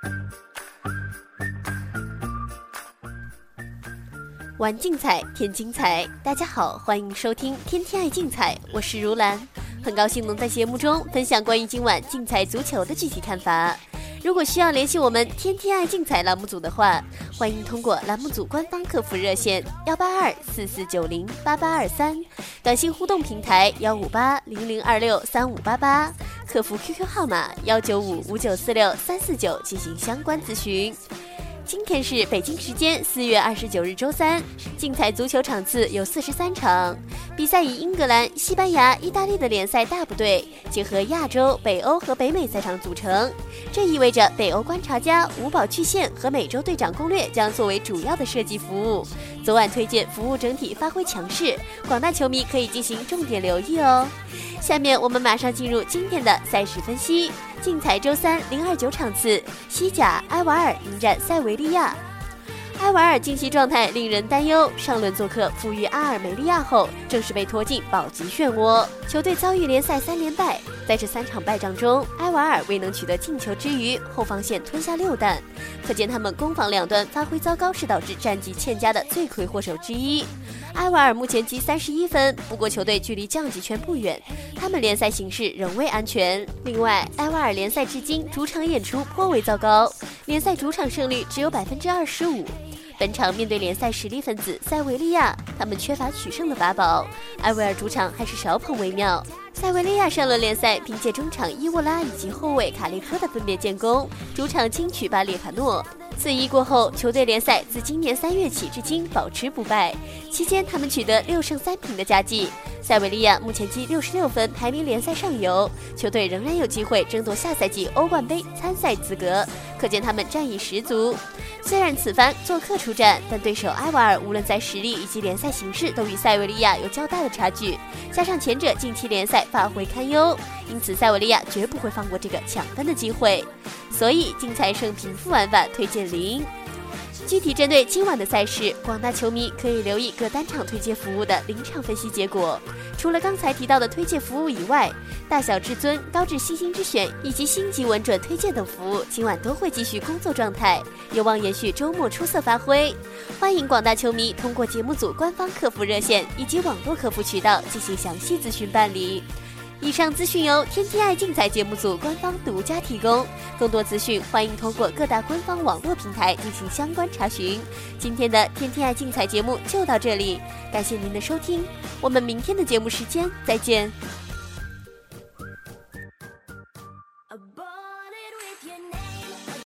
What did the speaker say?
玩竞彩添精彩，大家好，欢迎收听天天爱竞彩，我是如兰，很高兴能在节目中分享关于今晚竞彩足球的具体看法。如果需要联系我们天天爱竞彩栏目组的话，欢迎通过栏目组官方客服热线18244908823，短信互动平台15800263588，客服 QQ 号码19559463349进行相关咨询。今天是北京时间4月29日周三，竞彩足球场次有43场，比赛以英格兰、西班牙、意大利的联赛大部队结合亚洲、北欧和北美赛场组成，这意味着北欧观察家、五宝巨献和美洲队长攻略将作为主要的设计服务。昨晚推荐服务整体发挥强势，广大球迷可以进行重点留意哦。下面我们马上进入今天的赛事分析。竞彩周三029场次，西甲埃瓦尔迎战塞维利亚。埃瓦尔近期状态令人担忧，上轮做客负于阿尔梅利亚后，正式被拖进保级漩涡。球队遭遇联赛3连败，在这3场败仗中，埃瓦尔未能取得进球之余，后防线吞下6弹，可见他们攻防两端发挥糟糕是导致战绩欠佳的罪魁祸首之一。埃瓦尔目前积31分，不过球队距离降级圈不远，他们联赛形势仍未安全。另外，埃瓦尔联赛至今主场演出颇为糟糕，联赛主场胜率只有25%。本场面对联赛实力分子塞维利亚，他们缺乏取胜的法宝，埃维尔主场还是少捧为妙。塞维利亚上轮联赛凭借中场伊沃拉以及后卫卡利科的分别建功，主场轻取巴列卡诺。4-1过后，球队联赛自今年3月起至今保持不败，期间他们取得6胜3平的佳绩。塞维利亚目前积66分，排名联赛上游，球队仍然有机会争夺下赛季欧冠杯参赛资格，可见他们战意十足。虽然此番做客出战，但对手埃瓦尔无论在实力以及联赛形势都与塞维利亚有较大的差距，加上前者近期联赛发挥堪忧，因此塞维利亚绝不会放过这个抢分的机会，所以竞彩胜平负玩法推荐0。具体针对今晚的赛事，广大球迷可以留意各单场推介服务的临场分析结果。除了刚才提到的推介服务以外，大小至尊、高至星星之选以及星级稳准推荐等服务今晚都会继续工作状态，有望延续周末出色发挥。欢迎广大球迷通过节目组官方客服热线以及网络客服渠道进行详细咨询办理。以上资讯由天天爱竞彩节目组官方独家提供，更多资讯欢迎通过各大官方网络平台进行相关查询。今天的天天爱竞彩节目就到这里，感谢您的收听，我们明天的节目时间再见。